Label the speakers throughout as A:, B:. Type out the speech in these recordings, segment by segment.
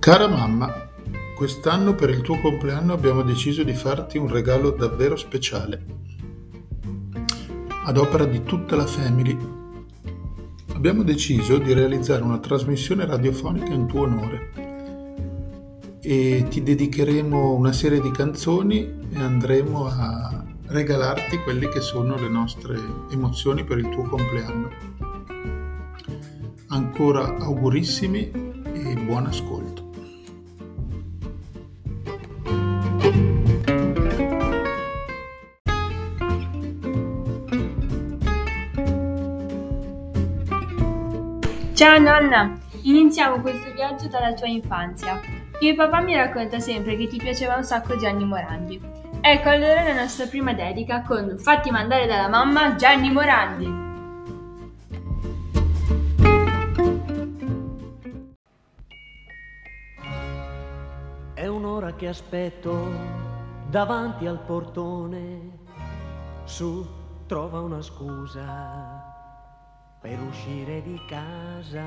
A: Cara mamma, quest'anno per il tuo compleanno abbiamo deciso di farti un regalo davvero speciale. Ad opera di tutta la family, abbiamo deciso di realizzare una trasmissione radiofonica in tuo onore e ti dedicheremo una serie di canzoni e andremo a regalarti quelle che sono le nostre emozioni per il tuo compleanno. Ancora augurissimi e buon ascolto.
B: Ciao nonna, iniziamo questo viaggio dalla tua infanzia. Io e papà mi racconta sempre che ti piaceva un sacco Gianni Morandi. Ecco allora la nostra prima dedica con Fatti mandare dalla mamma Gianni Morandi.
C: È un'ora che aspetto davanti al portone, su, trova una scusa per uscire di casa.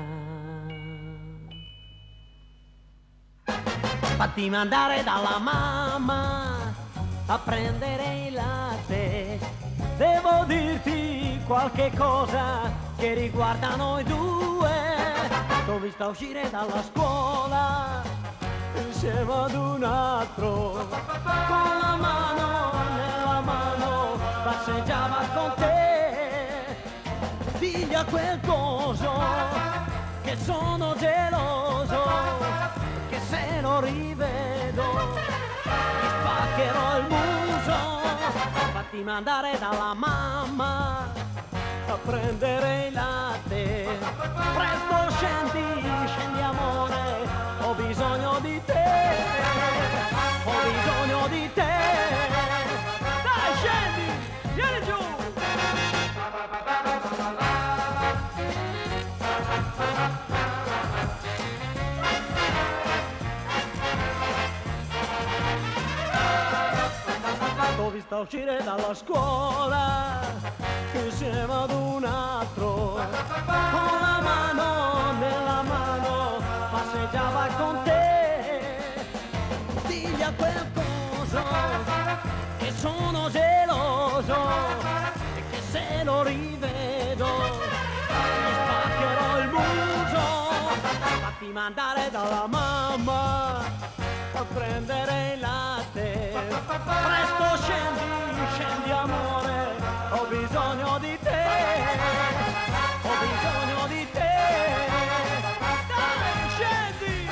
C: Fatti mandare dalla mamma a prendere il latte. Devo dirti qualche cosa che riguarda noi due. T'ho vista uscire dalla scuola insieme ad un altro, con la mano nella mano passeggiava con te. Digli a quel coso che sono geloso, che se lo rivedo gli spaccherò il muso. Fatti mandare dalla mamma a prendere il latte. Presto scendi amore, ho bisogno di te, ho bisogno di te. Dai scendi, vieni giù. T'ho vista uscire dalla scuola insieme ad un altro, con la mano nella mano passeggiava con te. Digli a quel coso che sono geloso e che se lo rivedo gli spaccherò il muso. Fatti mandare dalla mamma a prendere il latte. Presto scendi amore, ho bisogno di te, ho bisogno di te. Dai scendi,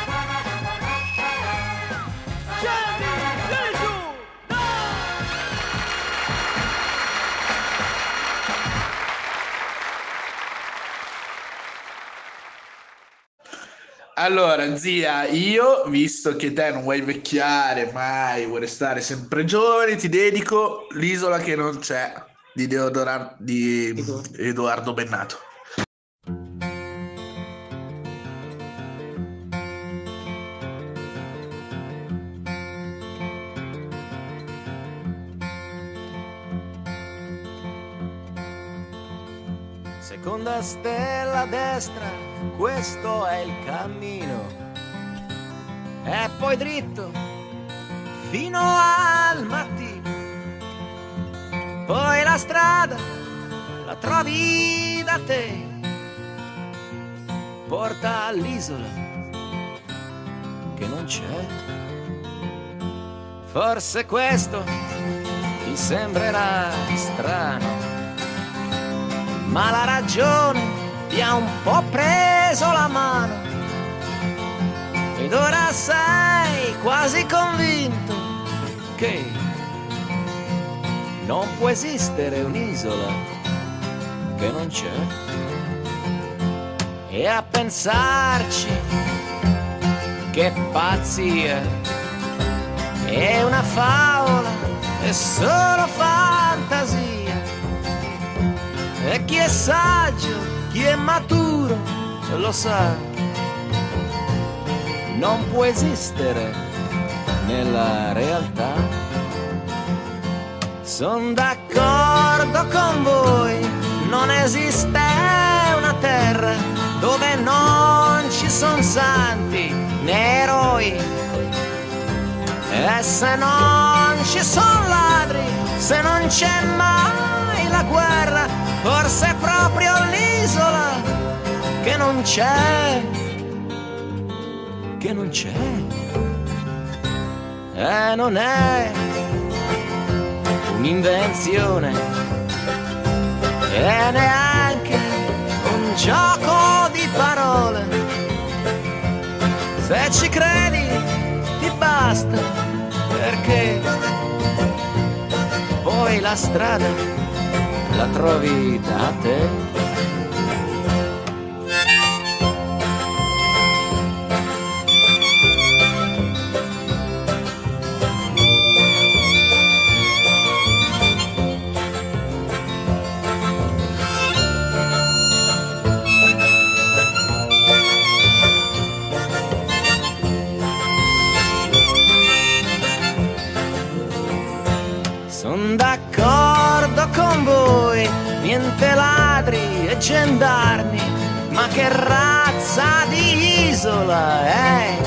C: vieni giù, dai.
D: Allora, zia, io, visto che te non vuoi invecchiare mai, vuoi restare sempre giovane, ti dedico L'isola che non c'è di Edoardo Bennato.
E: Seconda stella a destra, questo è il cammino, e poi dritto fino al mattino. Poi la strada la trovi da te, porta all'isola che non c'è. Forse questo ti sembrerà strano, ma la ragione ti ha un po' preso la mano ed ora sei quasi convinto che non può esistere un'isola che non c'è. E a pensarci, che pazzia, è una favola, è solo fantasia. E chi è saggio, chi è maturo, lo sa, non può esistere nella realtà. Son d'accordo con voi, non esiste una terra dove non ci sono santi né eroi. E se non ci sono ladri, se non c'è mai la guerra, forse è proprio l'isola che non c'è, che non c'è. E non è un'invenzione e neanche un gioco di parole. Se ci credi ti basta, perché poi la strada la trovi da te. Son d'accordo con voi, niente ladri e gendarmi, ma che razza di isola è?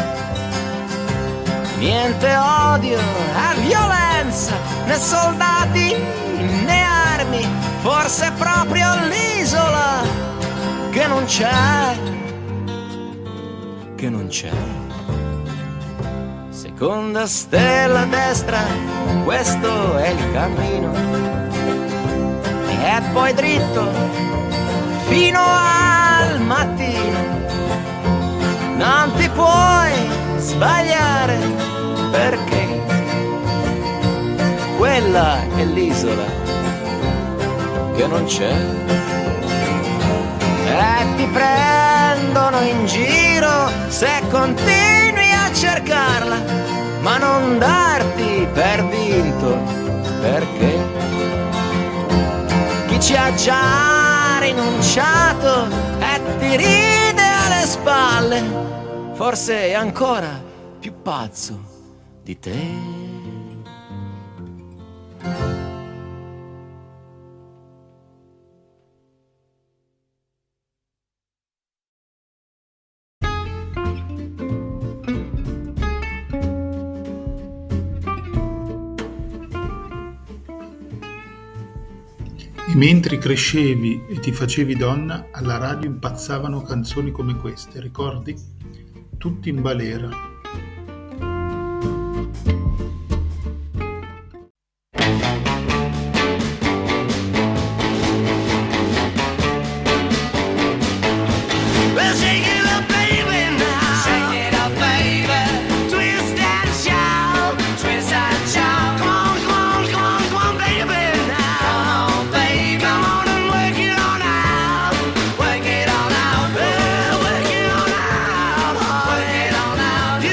E: Niente odio e violenza, né soldati né armi, forse è proprio l'isola che non c'è, che non c'è. Seconda stella a destra, questo è il cammino, e poi dritto fino al mattino. Non ti puoi sbagliare, perché quella è l'isola che non c'è. E ti prendono in giro se continui a cercarla, ma non darti per vinto, perché chi ci ha già rinunciato e ti ride alle spalle, forse è ancora più pazzo di te.
A: E mentre crescevi e ti facevi donna, alla radio impazzavano canzoni come queste, ricordi? Tutti in balera.
E: Well, shake it up, baby, now. Shake it up, baby. Twist and shout. Twist and shout. Come on, come on, come on, come on, baby, now. Come on, baby. Come on and work it on out. Work it on out. Well, work it on out. Work it on out.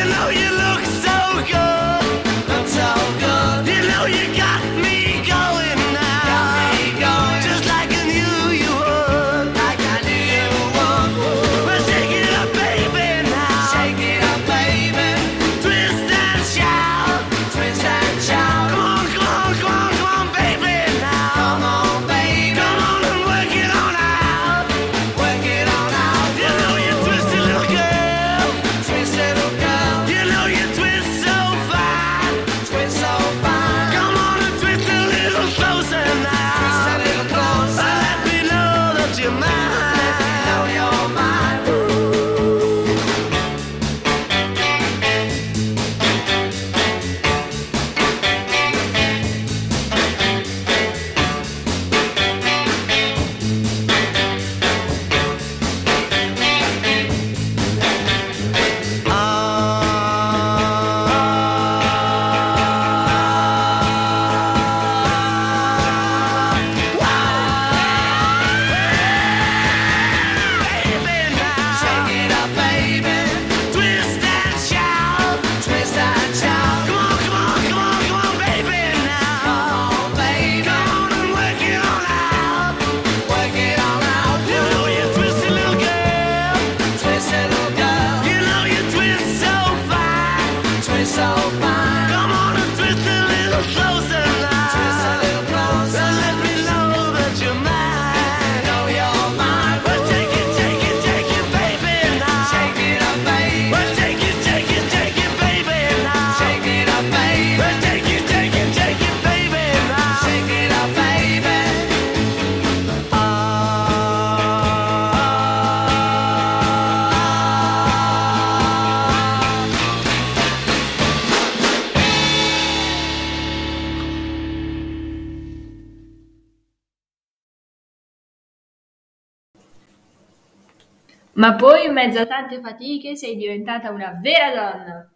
B: Ma poi in mezzo a tante fatiche sei diventata una vera donna.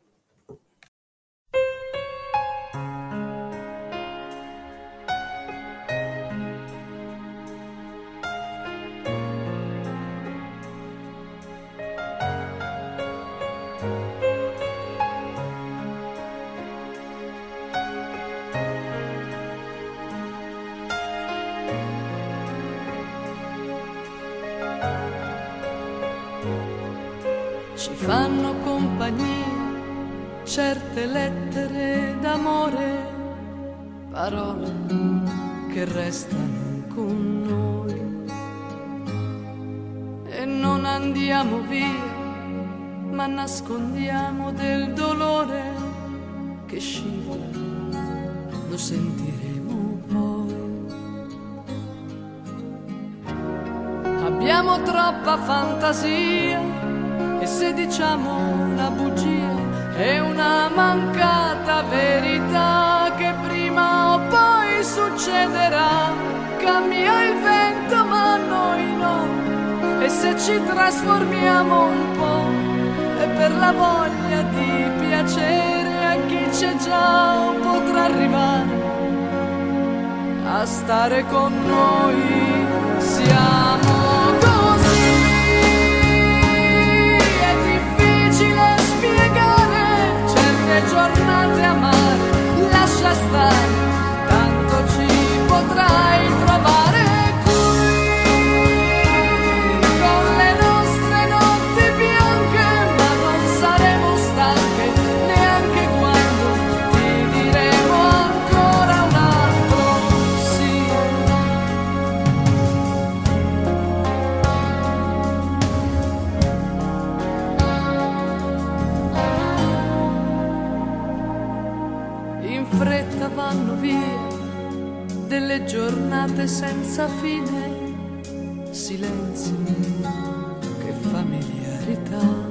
F: Ci fanno compagnia certe lettere d'amore, parole che restano con noi. E non andiamo via, ma nascondiamo del dolore che scivola, lo sentiremo poi. Abbiamo troppa fantasia e se diciamo una bugia è una mancata verità che prima o poi succederà. Cambia il vento ma noi no, e se ci trasformiamo un po' è per la voglia di piacere a chi c'è già, potrà arrivare a stare con noi. Siamo così, difficile spiegare certe giornate amare, lascia stare, tanto ci potrai trovare qui, con le nostre notti bianche, ma non saremo stanche neanche quando ti diremo ancora un altro sì. In fretta vanno via delle giornate senza fine, silenzi, che familiarità,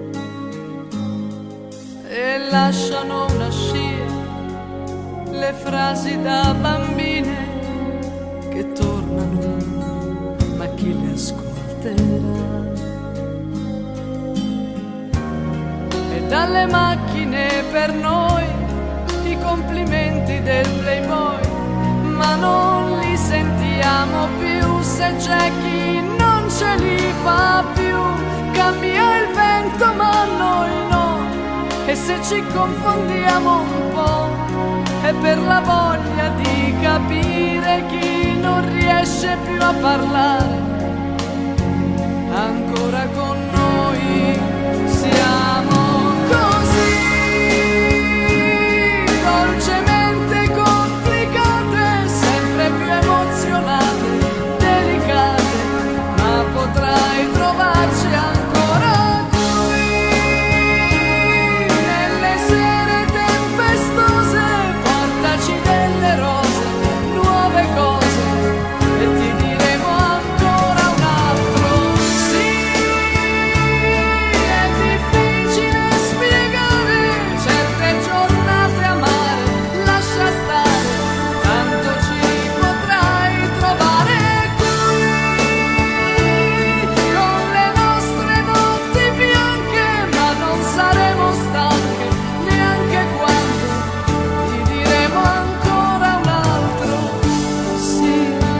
F: e lasciano una scia le frasi da bambine che tornano, ma chi le ascolterà? E dalle macchine per noi i complimenti del playboy, ma non li sentiamo più se c'è chi non ce li fa più. Cambia il vento ma noi no, e se ci confondiamo un po' è per la voglia di capire chi non riesce più a parlare ancora con noi. Siamo così, dolcemente complicate, sempre più emozionate, delicate, ma potrai trovarci ancora qui, nelle sere tempestose, portaci delle rose, nuove cose, e ti diremo ancora un altro sì. È difficile spiegare certe giornate amare, lascia stare, tanto ci potrai trovare qui, con le nostre notti bianche, ma non saremo stanche neanche quando ti diremo ancora un altro sì.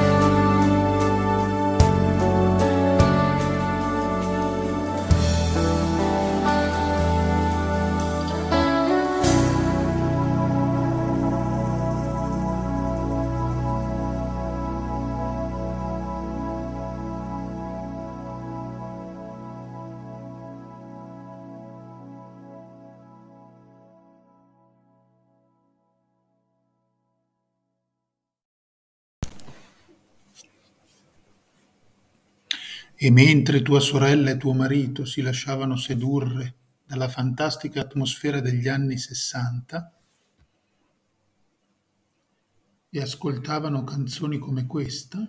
A: E mentre tua sorella e tuo marito si lasciavano sedurre dalla fantastica atmosfera degli anni '60 e ascoltavano canzoni come questa,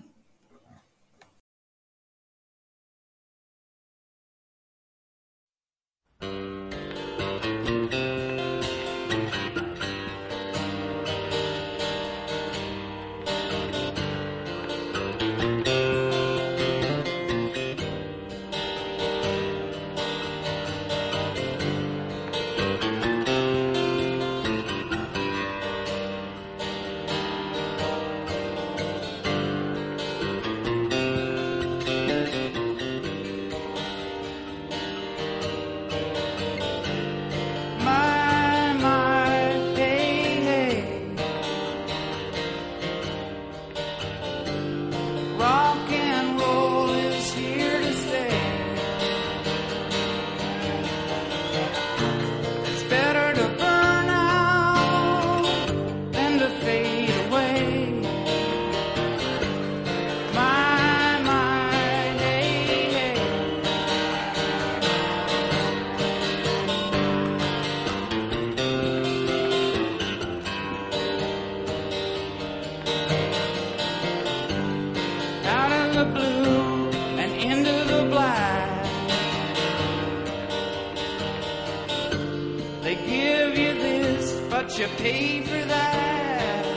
F: you pay for that.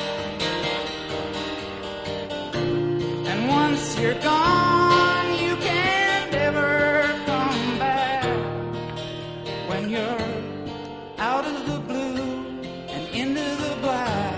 F: And once you're gone, you can't ever come back. When you're out of the blue and into the black.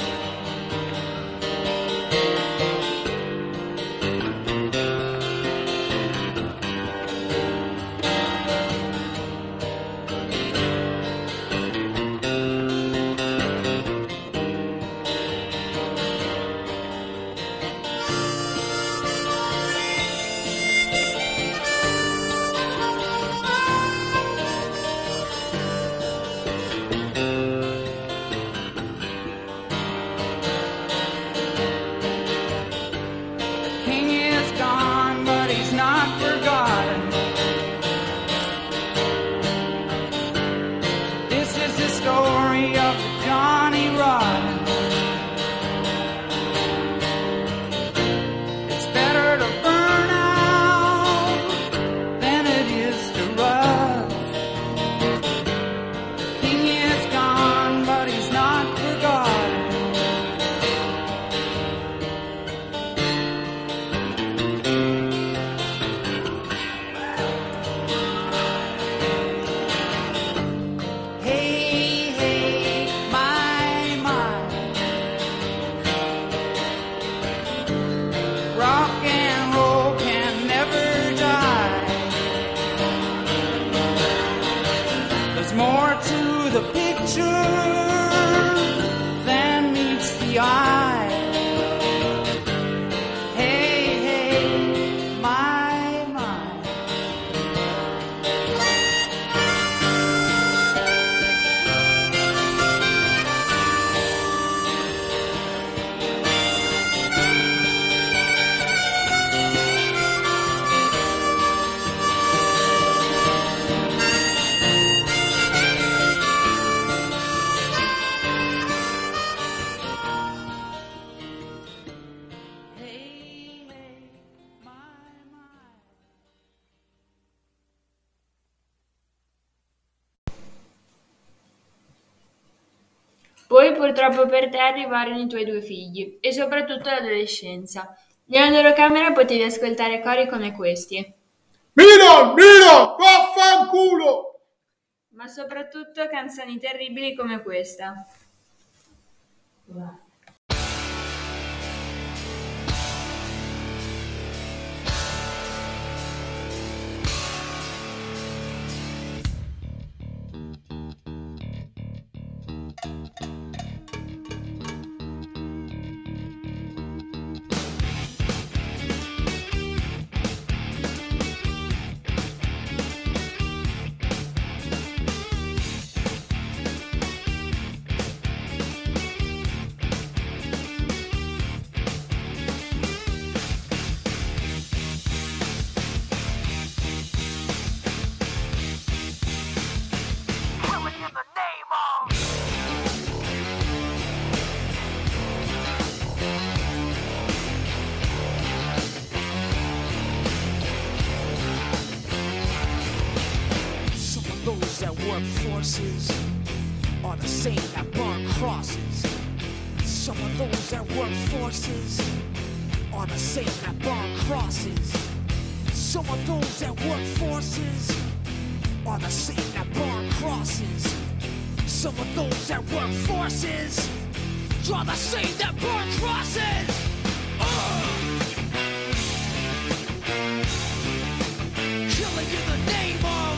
B: Poi purtroppo per te arrivarono i tuoi 2 figli e soprattutto l'adolescenza. Nella loro camera potevi ascoltare cori come questi,
A: Milan, vaffanculo!
B: ma soprattutto canzoni terribili come questa.
G: Forces are the same that burn crosses. Some of those that work forces are the same that burn crosses. Some of those that work forces are the same that burn crosses. Some of those that work forces are the same that burn crosses. Killing in the name of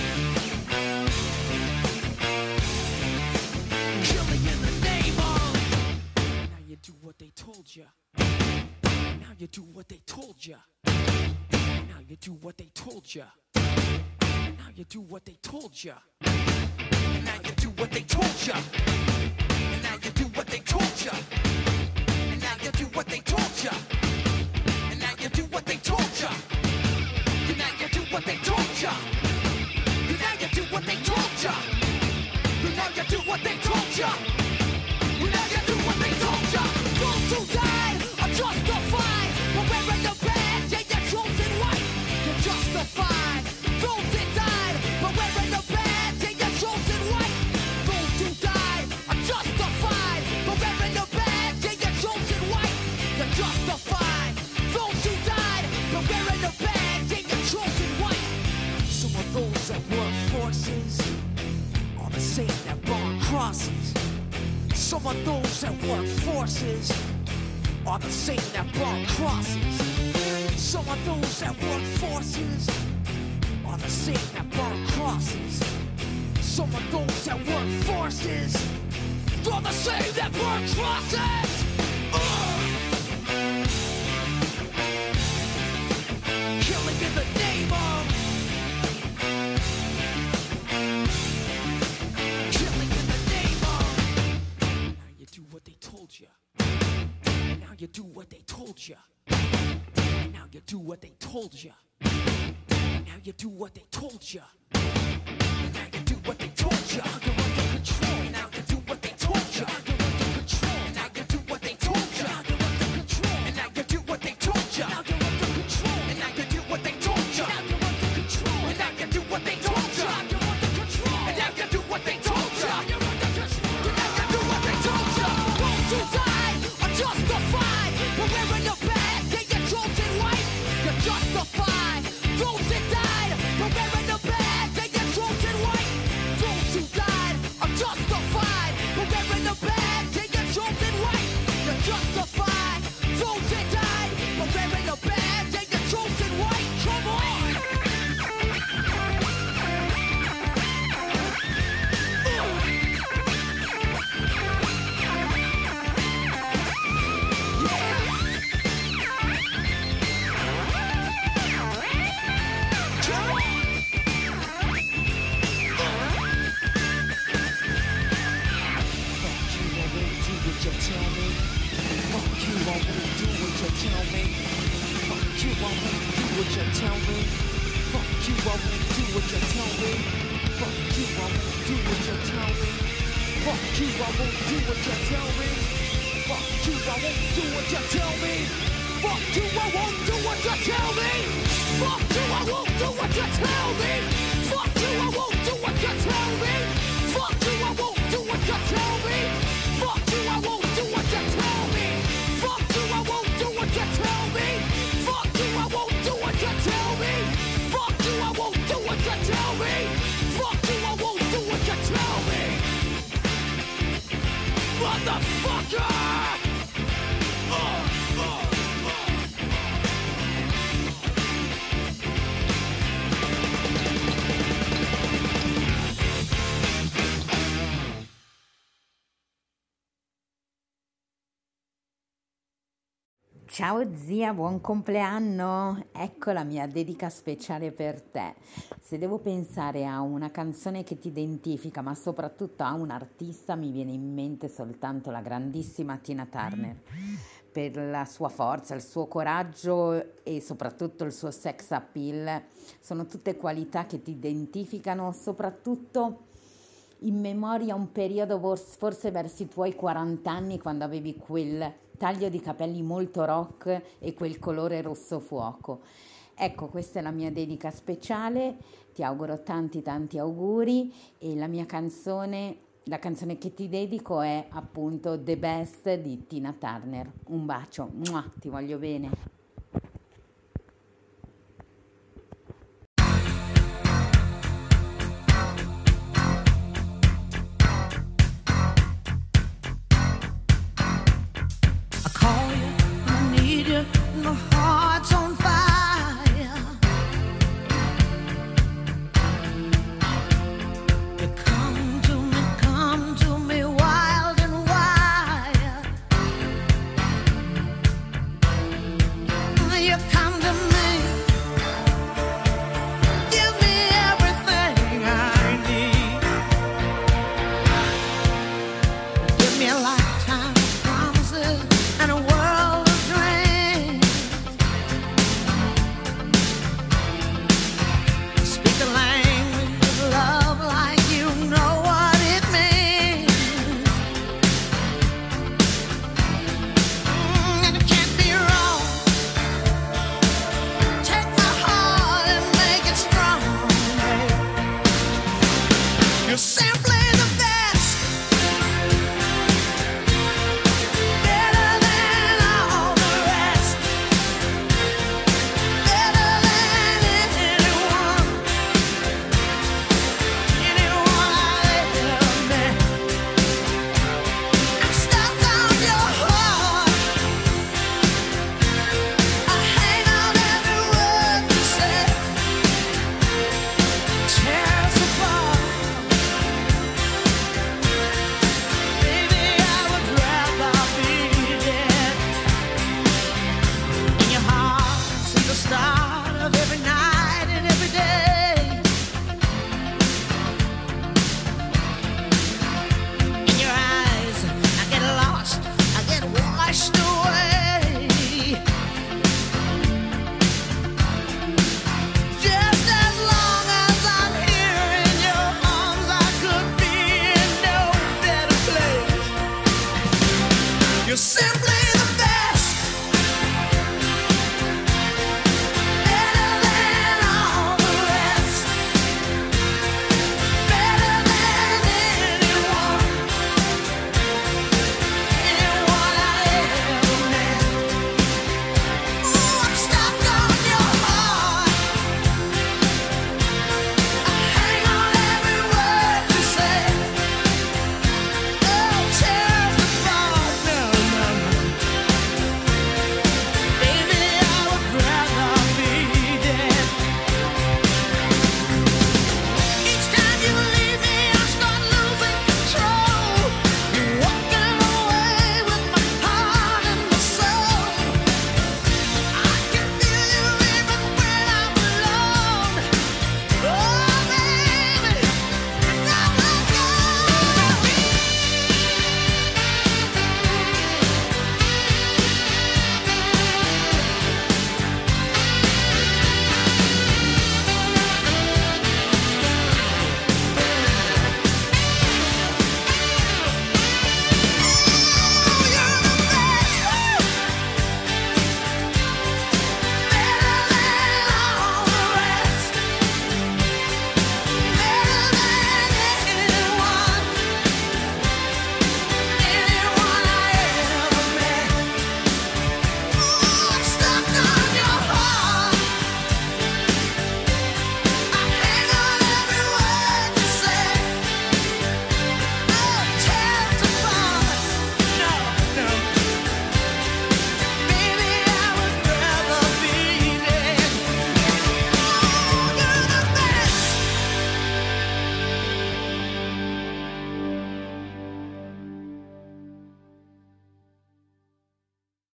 G: you. Now you do what they told you. Now you do what they told you. Now you do what they told you. And now you do what they told you. And now you do what they told you. And now you do what they told you. And now you do what they told you. And now you do what they told you. And now you do what they told you. And now you do what they told you. And now you do what they told you. Those who died are justified for wearing the badge and you're chosen white. You're justified. Those that died for wearing the badge and you're chosen white. Those who died of those that work forces are the same that burn crosses. Some of those that work forces are the same that burn crosses. Some of those that work forces are the same that burn crosses. Killing in the name of. Killing in the name of. Now you do what they told you. And now you do what they told you. And now you do what they told you. And now you do what they told you. And now you do what they told you. You're under control. And now you do what they told you. You're under control. And now you do what they told you. You're under control. And now you do what they told you. Now you're under control. And now you do what they told you. Now you're under control. And now you do what they told you. You're under control. And now you do what they told you. You're under control. And now you do what they told you. Those who die are justified. But wearing the bad, they get chosen white. You're justified. Those that died, but wearing the bad, they get chosen white. Those who died are justified. But wearing the bad, they get chosen white. You're justified. Those that died, but wearing the bad, they get chosen white. Come on.
H: Ciao zia, buon compleanno! Ecco la mia dedica speciale per te. Se devo pensare a una canzone che ti identifica, ma soprattutto a un artista, mi viene in mente soltanto la grandissima Tina Turner. Per la sua forza, il suo coraggio e soprattutto il suo sex appeal, sono tutte qualità che ti identificano, soprattutto in memoria un periodo forse verso i tuoi 40 anni, quando avevi quel taglio di capelli molto rock e quel colore rosso fuoco. Ecco, questa è la mia dedica speciale, ti auguro tanti auguri e la canzone che ti dedico è appunto The Best di Tina Turner. Un bacio, ti voglio bene.
E: My heart's on fire. You come to me wild and wild.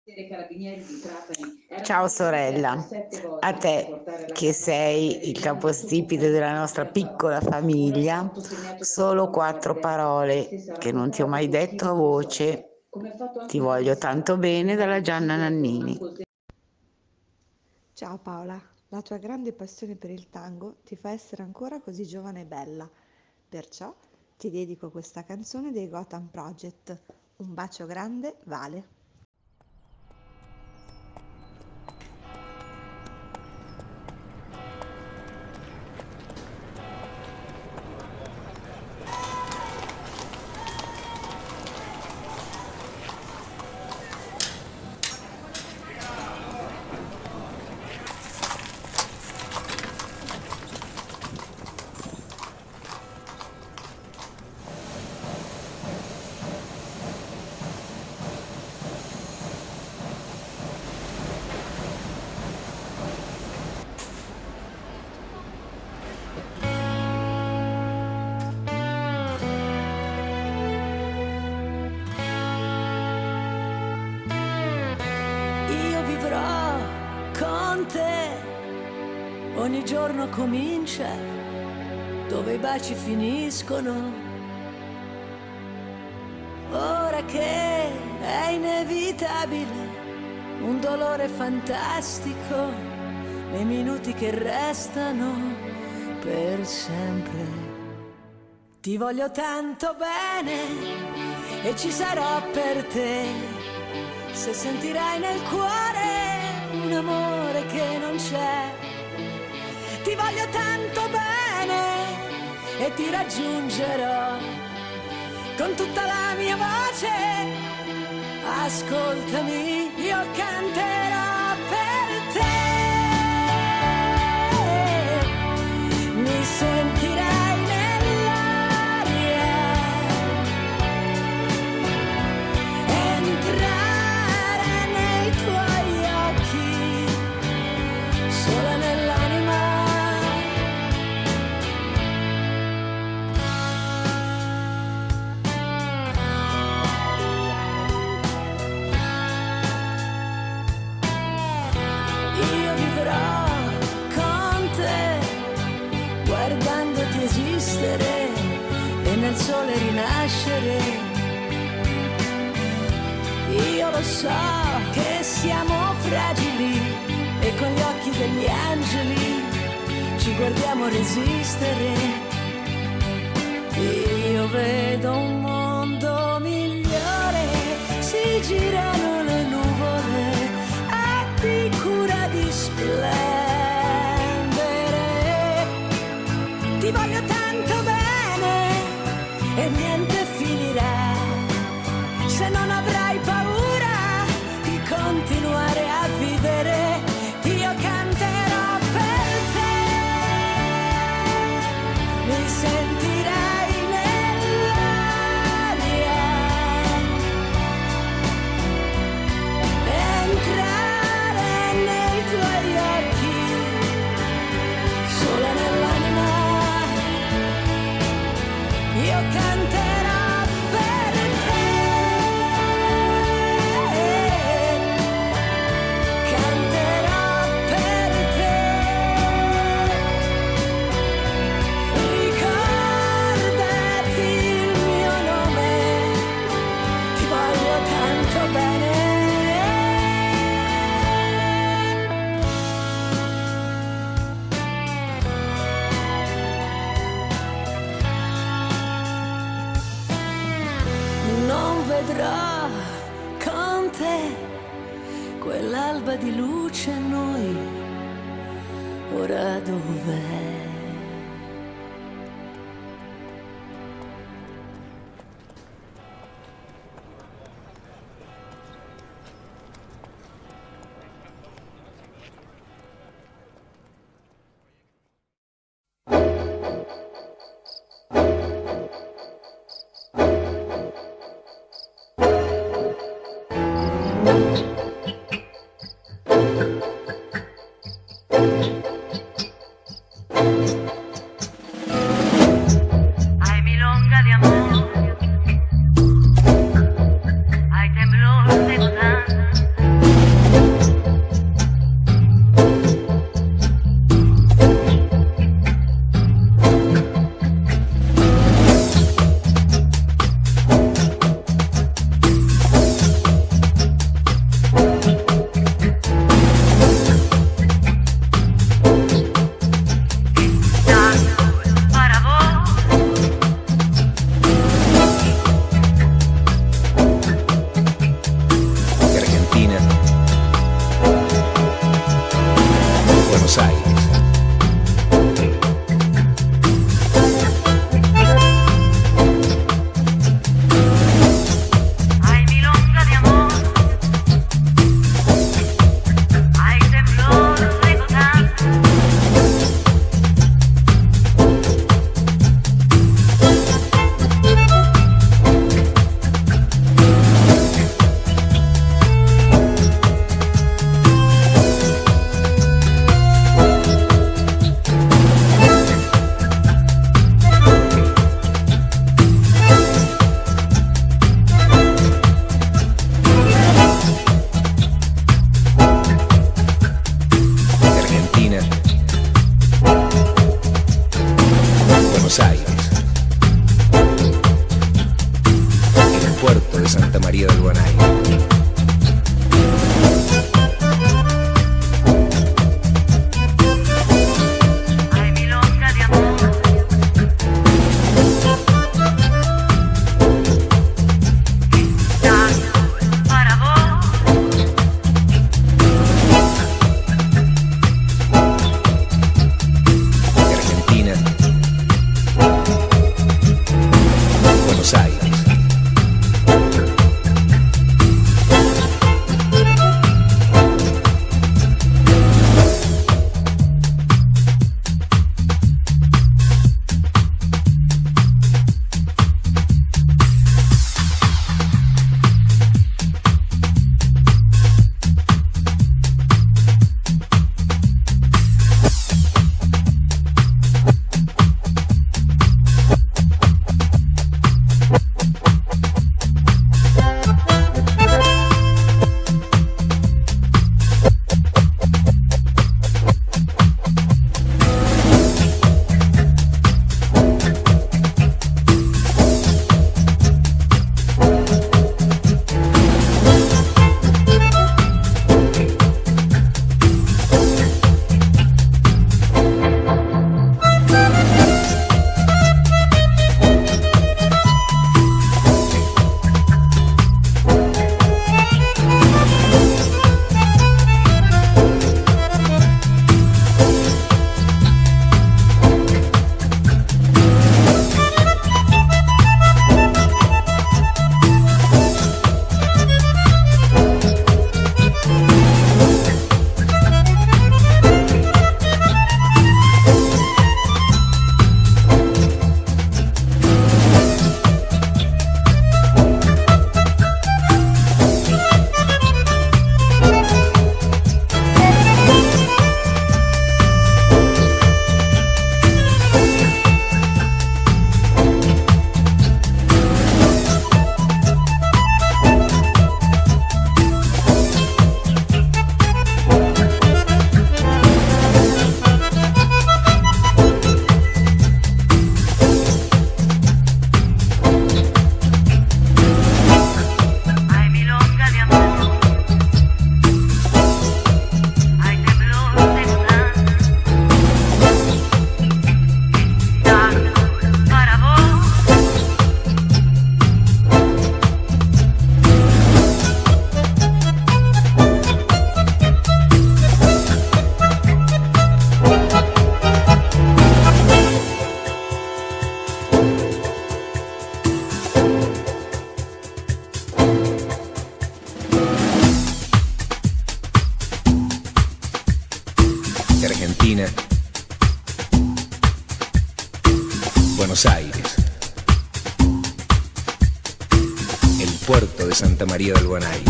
H: Ciao sorella, a te che sei il capostipite della nostra piccola famiglia, solo 4 parole che non ti ho mai detto a voce. Ti voglio tanto bene dalla Gianna Nannini.
I: Ciao Paola, la tua grande passione per il tango ti fa essere ancora così giovane e bella, perciò ti dedico questa canzone dei Gotham Project. Un bacio grande, Vale.
F: Io vivrò con te, ogni giorno comincia dove i baci finiscono. Ora che è inevitabile un dolore fantastico nei minuti che restano per sempre. Ti voglio tanto bene e ci sarò per te. Se sentirai nel cuore un amore che non c'è, ti voglio tanto bene e ti raggiungerò con tutta la mia voce. Ascoltami, io canterò per te. Mi sentirai nell'aria, entrare nei tuoi occhi, sola nell'anima. Io vivrò con te, guardandoti esistere e nel sole rinascere. Io lo so che siamo fragili e con gli occhi degli angeli ci guardiamo resistere. Io vedo un mondo migliore, si girano le nuvole, abbi cura di splendere. Ti voglio tanto bene e niente finirà se non avrai paura di continuare a vivere. Io canterò per te, mi sentirai nell'aria, entrare nei tuoi occhi, sola nell'anima. Io canterò per te, canterò per te. Ricordati il mio nome, ti voglio tanto bene. Non vedrò con te quell'alba di luce a noi, ora dov'è?
E: Ai milonga de amor, ai temblor de gotán,
G: Buenos Aires.
E: Hay milonga de amor, hay temblor de gotas.
G: Argentina, Buenos Aires, el puerto de Santa María del Guanay.
E: Hay milonga de amor, tanto para vos.
G: Argentina, Buenos Aires.
E: Hay milonga de amor, hay temblor de gotas. Tanto para vos.
G: Argentina, Buenos Aires, el puerto de Santa María del Guanay.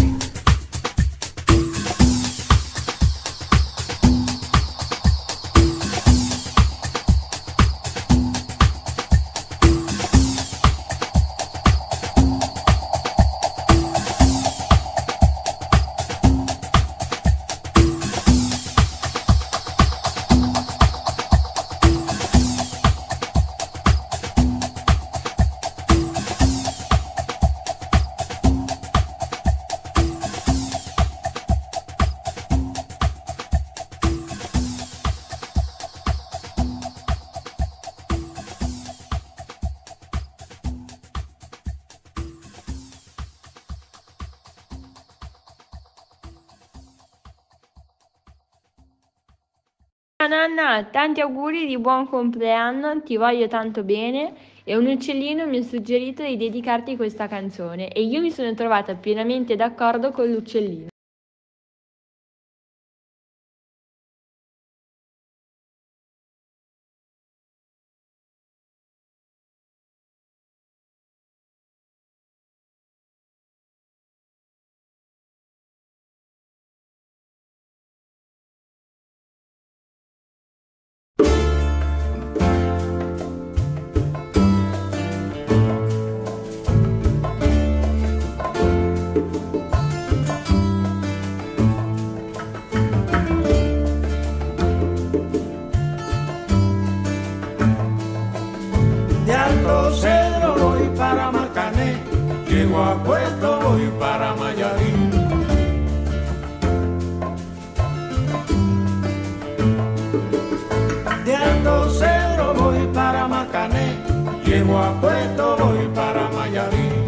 B: Ciao Nanna, tanti auguri di buon compleanno, ti voglio tanto bene e un uccellino mi ha suggerito di dedicarti questa canzone e io mi sono trovata pienamente d'accordo con l'uccellino.
J: De Alto Cedro voy para Marcané, llego a Puerto voy para Mayarín. De Alto Cedro voy para Marcané, llego a Puerto voy para Mayarín.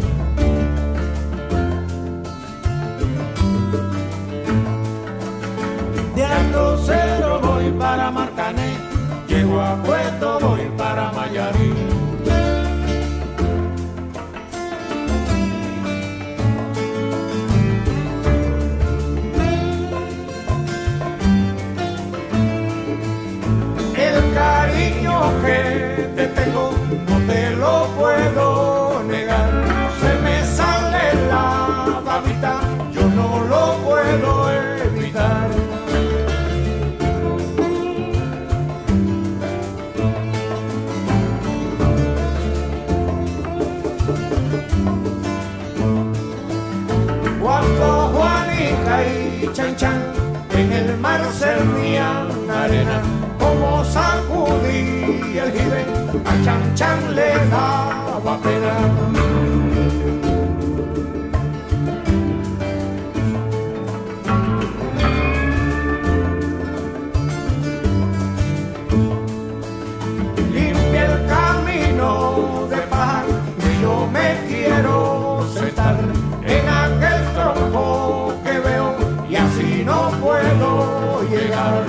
J: De Alto Cedro voy para Marcané, llego a Puerto voy para Mayarín. El cariño que te tengo no te lo puedo negar. Se me sale la babita, yo no lo puedo evitar. Cuando Juanita y Chan Chan en el mar servían arena, como sacudí el jibe, a Chan Chan le daba pena. Limpia el camino de paz, que yo me quiero sentar en aquel tronco que veo y así no puedo llegar.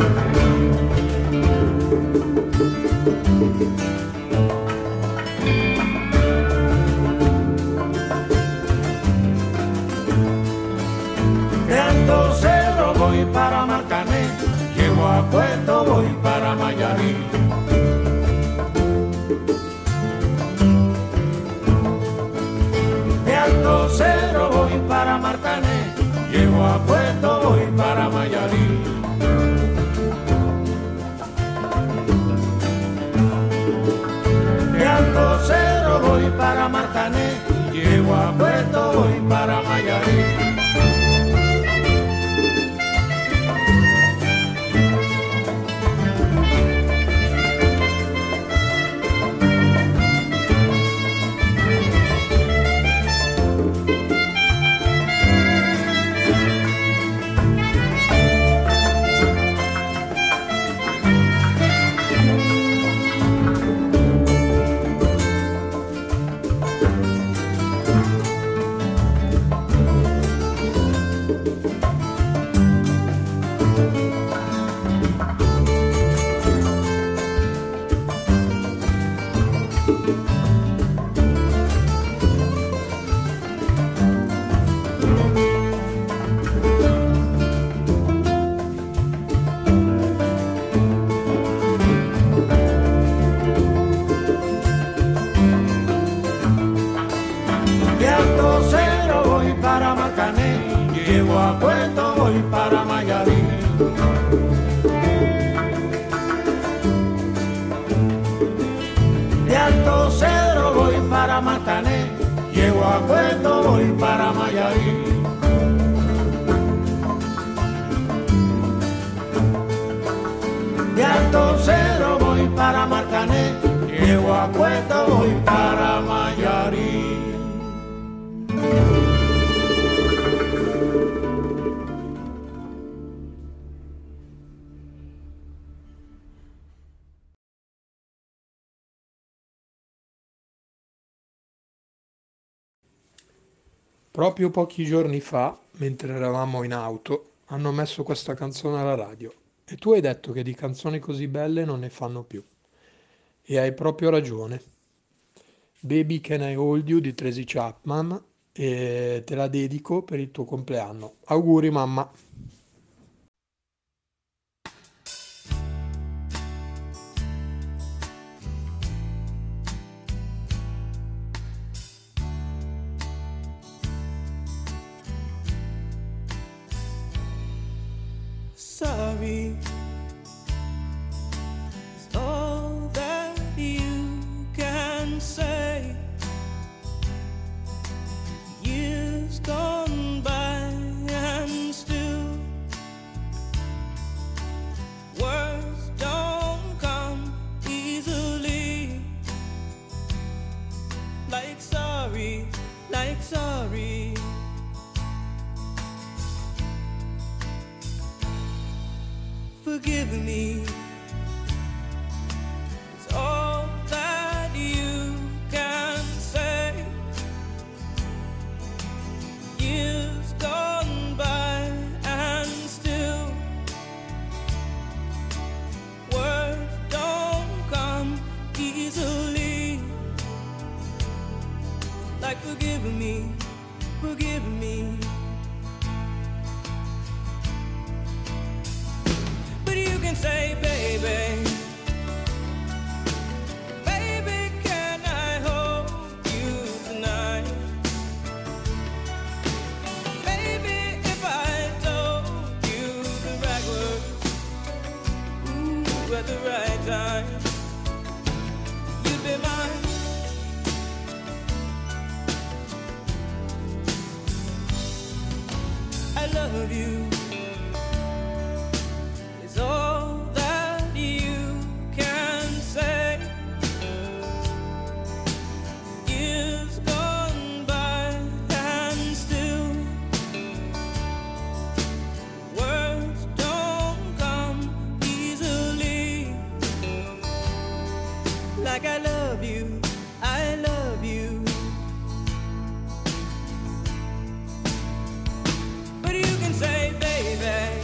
J: De Alto Cedro voy para Marcané, llego a Puerto voy para Mayarín. De Alto Cedro voy para Marcané, llego a Puerto voy para Mayarín. De Alto Cedro voy para Marcané, llego a Puerto voy para Mayarín. De Alto Cedro voy para Marcané, llego a Puerto voy para Mayarín. De Alto Cedro voy para Marcané, llego a Puerto voy para Mayarín. De Alto Cedro voy para Marcané, llego a Puerto voy para Mayarín.
K: Proprio pochi giorni fa, mentre eravamo in auto, hanno messo questa canzone alla radio. E tu hai detto che di canzoni così belle non ne fanno più. E hai proprio ragione. Baby Can I Hold You di Tracy Chapman e te la dedico per il tuo compleanno. Auguri mamma.
L: Sorry is all that you can say. Years gone by and still words don't come easily. Like sorry, like sorry. Forgive me, it's all that you can say. Years gone by and still words don't come easily. Like forgive me, forgive me. You can say, baby, baby, can I hold you tonight? Baby, if I told you the right words, ooh, at the right time, you'd be mine. I love you. All that you can say. Years gone by and still words don't come easily. Like I love you, I love you. But you can say, baby,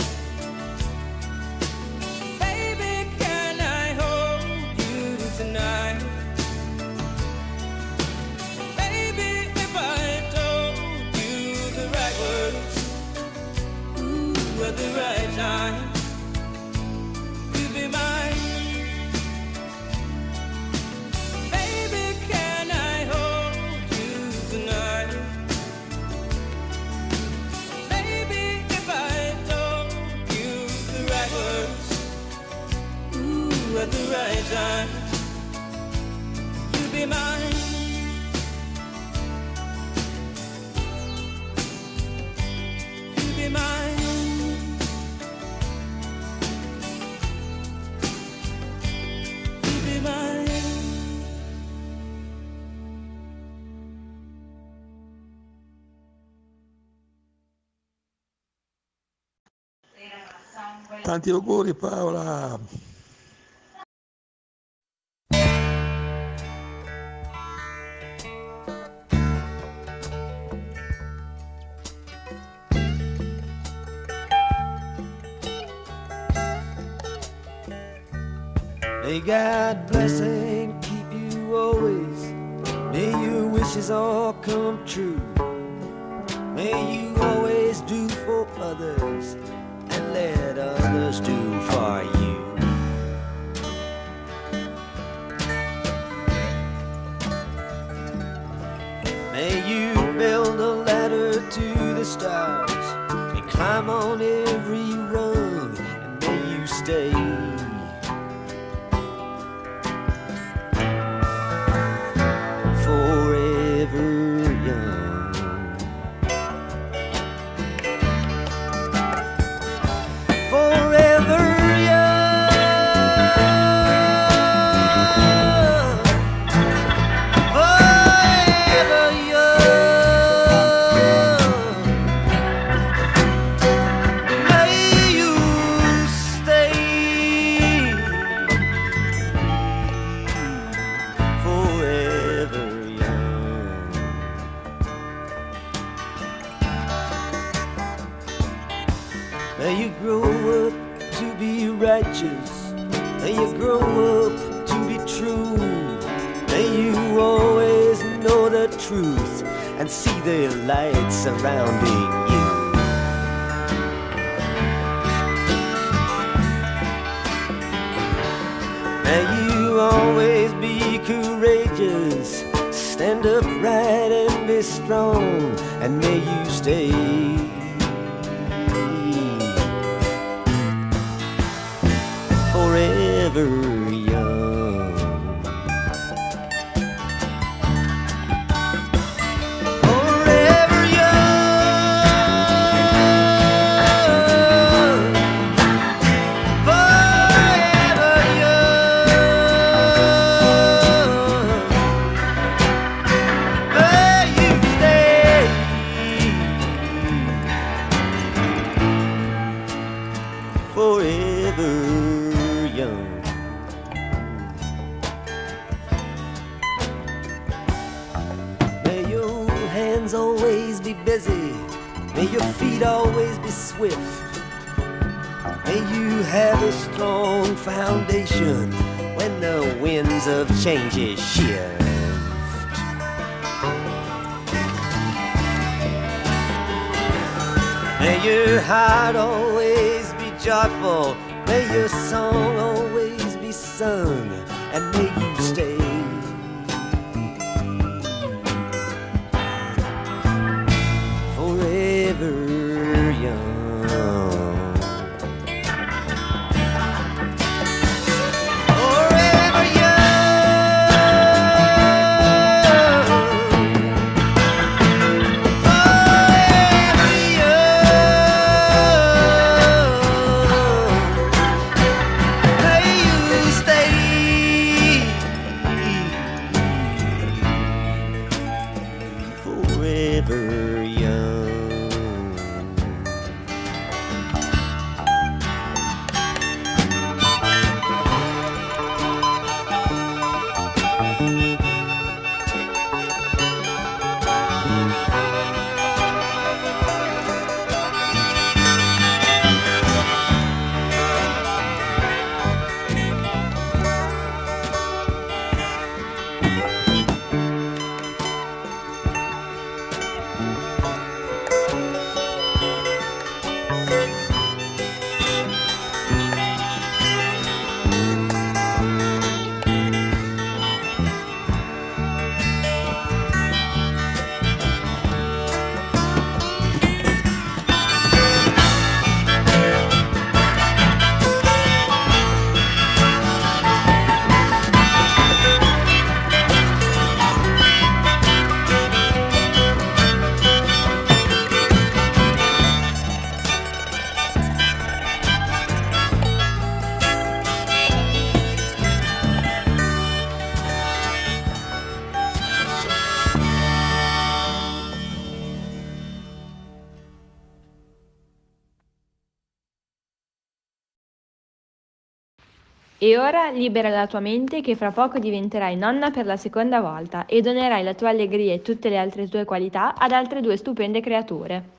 L: at the right time, you'd be mine. Baby, can I hold you tonight? Baby, if I told you the right words, ooh, at the right time, you'd be mine. You'd be mine.
K: Tanti auguri Paola.
M: May God bless and keep you always. May your wishes all come true. May you always do for others and let others do for you. May you build a ladder to the stars and climb on every rung, and may you stay forever young. Forever young. Forever young. May you stay forever young. May you grow up to to be righteous. May you grow up to be true. May you always know the truth and see the light surrounding you. May you always be courageous, stand upright and be strong, and may you stay forever young. Forever young. Forever young. May you stay forever young. May your hands always be busy. May your feet always be swift. May you have a strong foundation when the winds of change shift. May your heart always be joyful. May your song always be sung, and may you stay forever young. Forever young. Forever young. May you stay forever young.
B: E ora libera la tua mente che fra poco diventerai nonna per la seconda volta e donerai la tua allegria e tutte le altre tue qualità ad altre due stupende creature.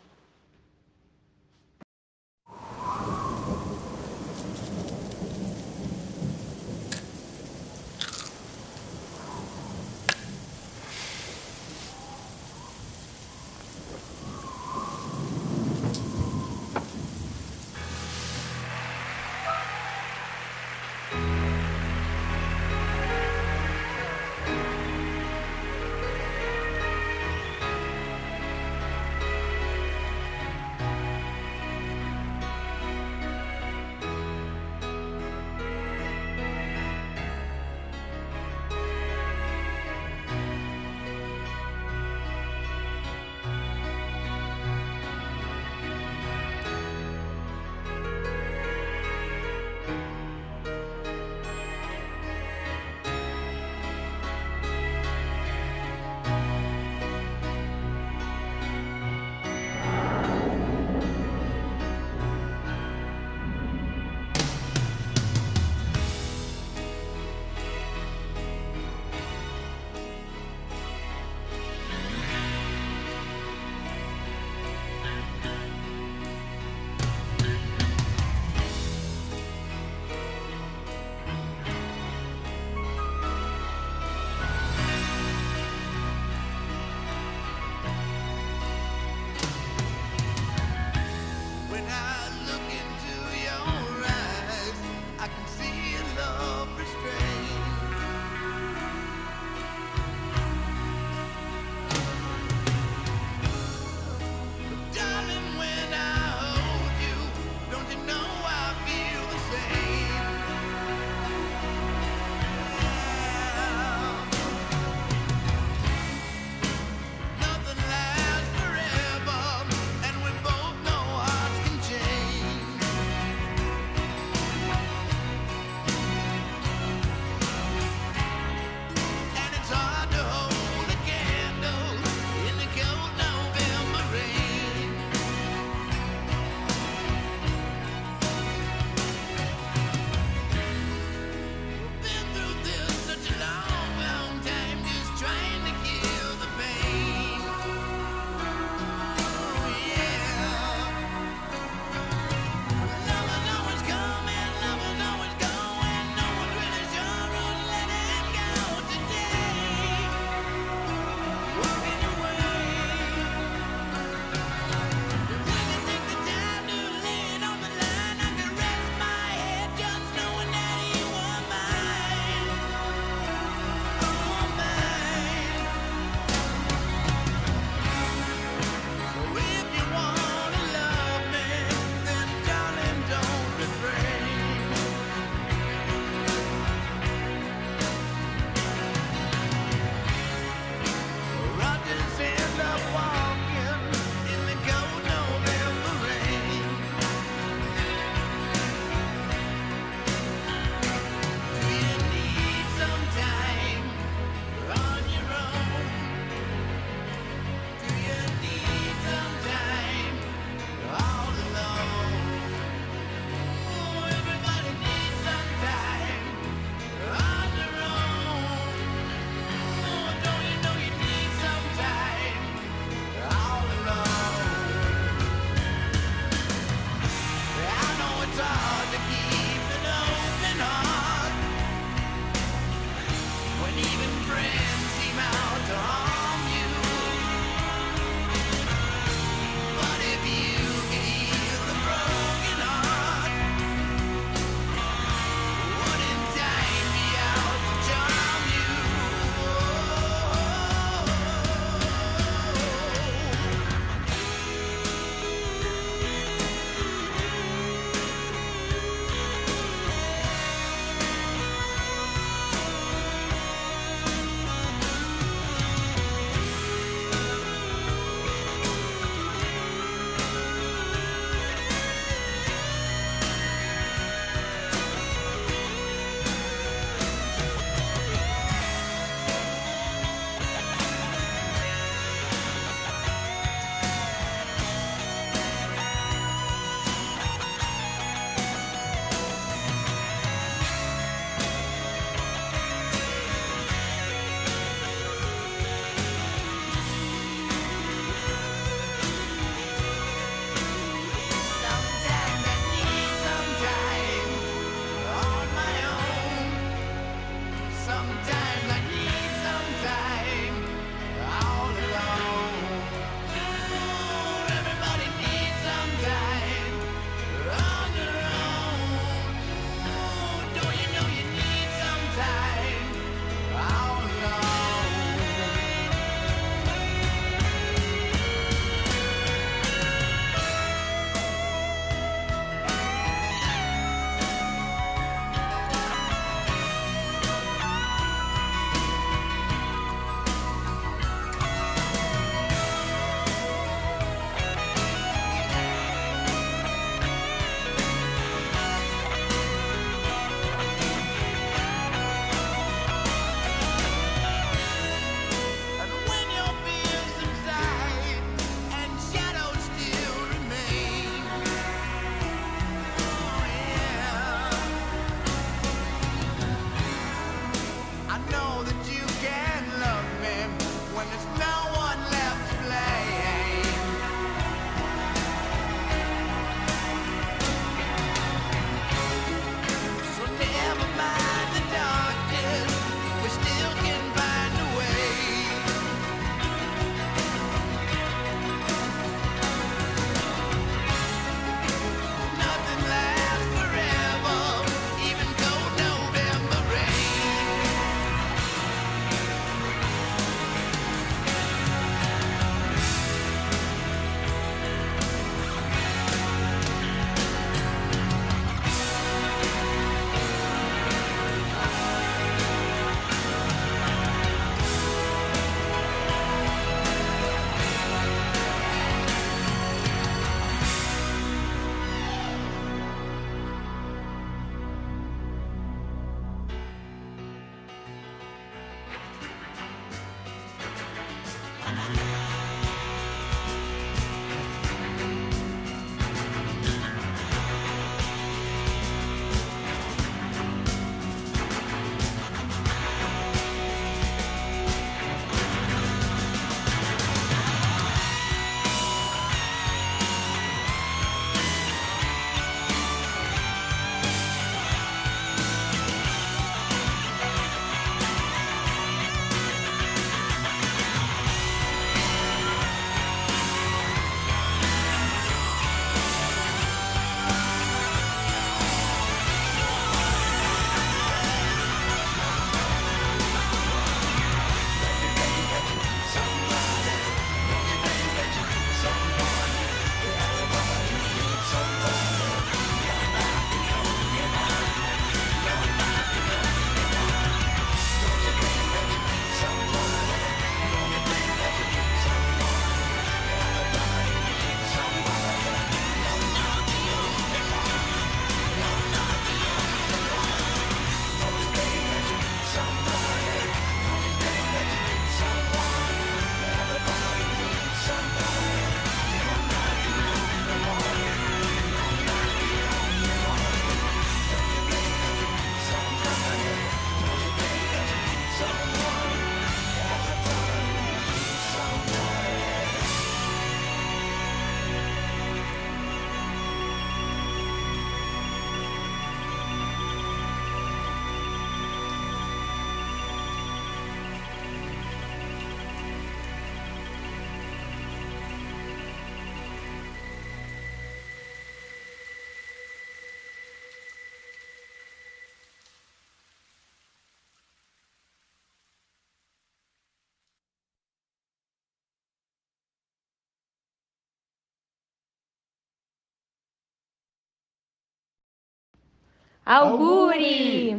B: Auguri!